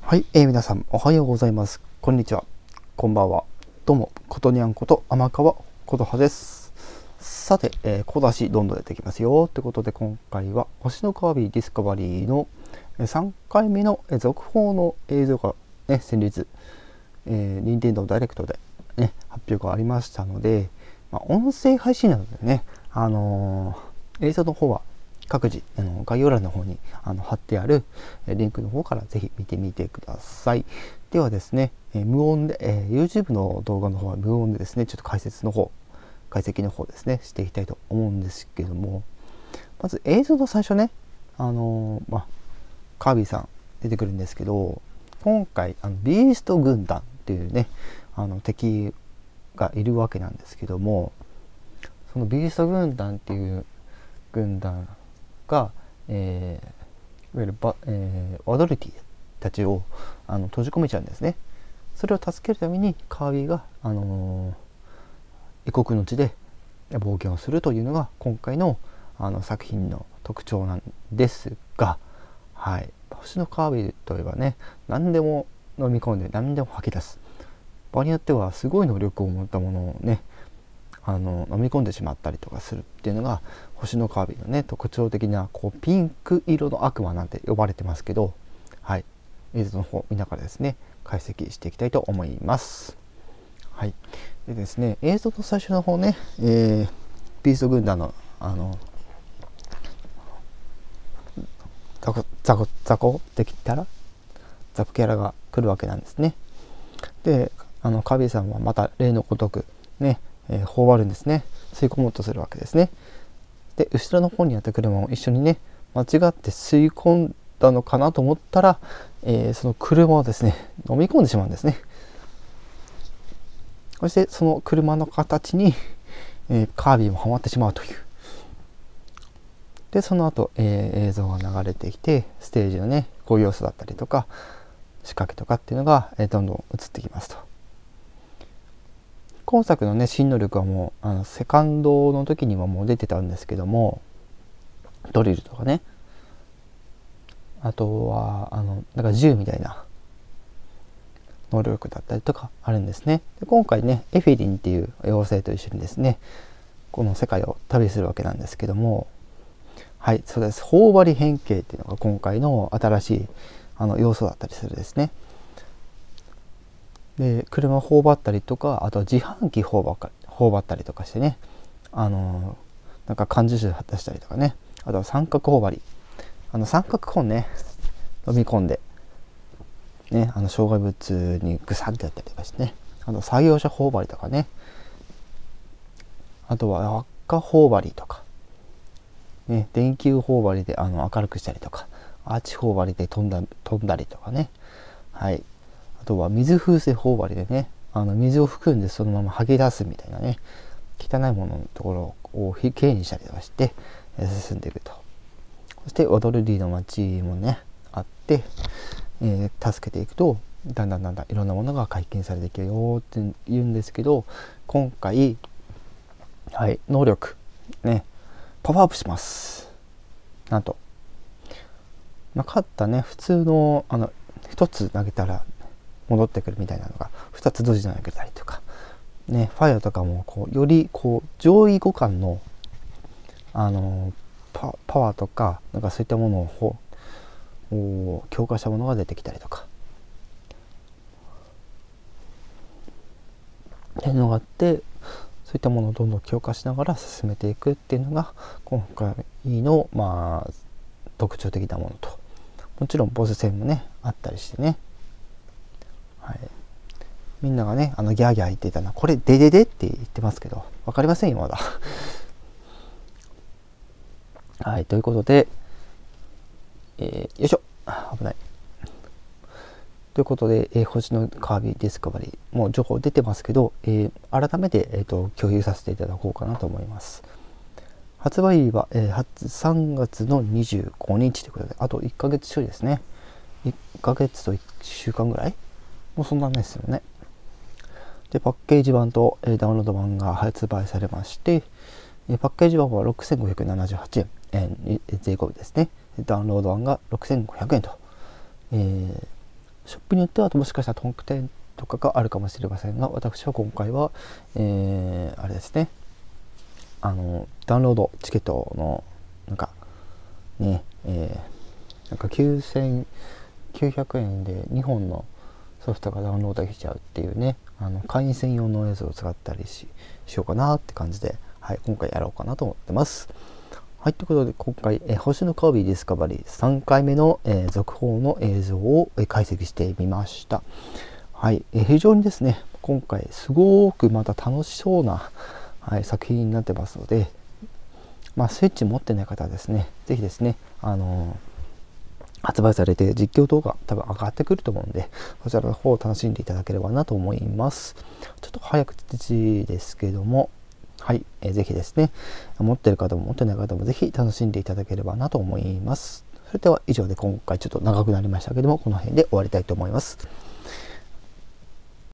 はい、皆さんおはようございます。こんにちは。こんばんは。どうも、ことにゃんこと天川ことはです。さて、小出しどんどん出てきますよ。ということで、今回は星のカービィディスカバリーの3回目の続報の映像が、ね、先日、任天堂ダイレクトで、ね、発表がありましたので、音声配信なのでね、映像の方は各自概要欄の方に貼ってあるリンクの方からぜひ見てみてください。ではですね、無音で、YouTube の動画の方は無音でですね、ちょっと解析の方ですね、していきたいと思うんですけども、まず映像の最初ね、カービィさん出てくるんですけど、今回ビースト軍団っていうね、敵がいるわけなんですけども、そのビースト軍団っていう軍団が、いわゆるワドルティたちを閉じ込めちゃうんですね。それを助けるためにカービィが、異国の地で冒険をするというのが今回の作品の特徴なんですが、はい、星のカービィといえばね、何でも飲み込んで何でも吐き出す、場合によってはすごい能力を持ったものをね飲み込んでしまったりとかするっていうのが星のカービィのね特徴的なピンク色の悪魔なんて呼ばれてますけど、はい、映像の方見ながらですね解析していきたいと思います。はい、でですね、映像の最初の方ね、ビースト軍団のザコできたらザコキャラが来るわけなんですね。でカービィさんはまた例のごとくね、頬張るんですね。吸い込もうとするわけですね。で後ろの方にあった車も一緒にね間違って吸い込んだのかなと思ったら、その車をですね飲み込んでしまうんですね。そしてその車の形に、カービィもはまってしまうという。でその後、映像が流れてきてステージのねこういう要素だったりとか仕掛けとかっていうのが、どんどん映ってきますと。今作のね新能力はもうセカンドの時にはもう出てたんですけども、ドリルとかね、あとはなんか銃みたいな能力だったりとかあるんですね。で今回ねエフィリンっていう妖精と一緒にですねこの世界を旅するわけなんですけども、はい、そうです。頬張り変形っていうのが今回の新しい要素だったりするですね。で車を頬張ったりとか、あとは自販機頬張ったりとかしてね、なんか感受種出したりとかね、あとは三角頬張り、三角コーンね飲み込んでね障害物にグサッてやったりとかしてね、作業者頬張りとかね、あとは輪っか頬張りとかね、電球頬張りで明るくしたりとか、アーチ頬張りで飛んだりとかね、はい、あとは水風船頬張りでね水を含んでそのまま吐き出すみたいなね汚いもののところをきれいにしたりとかして進んでいくと。そしてワドルディの街もねあって、助けていくとだんだんいろんなものが解禁されていくよって言うんですけど、今回、はい、能力ねパワーアップします。なんと勝ったね普通の1つ投げたら戻ってくるみたいなのが2つ同時に投げたりとかね、ファイアとかもより上位互換のパワーとかなんかそういったものを強化したものが出てきたりとかっていうのがあって、そういったものをどんどん強化しながら進めていくっていうのが今回の特徴的なものと、もちろんボス戦もねあったりしてね、はい、みんながねギャーギャー言ってたのはこれデデデって言ってますけど分かりませんよまだはい、ということで、よいしょ危ないということで、星のカービィディスカバリーもう情報出てますけど、改めて、共有させていただこうかなと思います。発売日は、3月の25日ということで、あと1ヶ月ちょいですね。1ヶ月と1週間ぐらいもうそんなんですよね。でパッケージ版と、ダウンロード版が発売されまして、パッケージ版は6578円、税込みですね。ダウンロード版が6500円と、 ショップによってはもしかしたら特典とかがあるかもしれませんが、私は今回は、あれですね、ダウンロードチケットのなんかね、なんか9900円で2本のソフトがダウンロードできちゃうっていうね、会員専用のやつを使ったり しようかなって感じで、はい、今回やろうかなと思ってます。はい、ということで今回、星のカービィディスカバリー3回目の、続報の映像を、解析してみました。はい、非常にですね、今回すごくまた楽しそうな、はい、作品になってますので、スイッチ持ってない方はですね、ぜひですね、発売されて実況動画多分上がってくると思うんで、そちらの方を楽しんでいただければなと思います。ちょっと早口ですけども、はい、ぜひですね、持ってる方も持ってない方もぜひ楽しんでいただければなと思います。それでは以上で今回ちょっと長くなりましたけども、この辺で終わりたいと思います。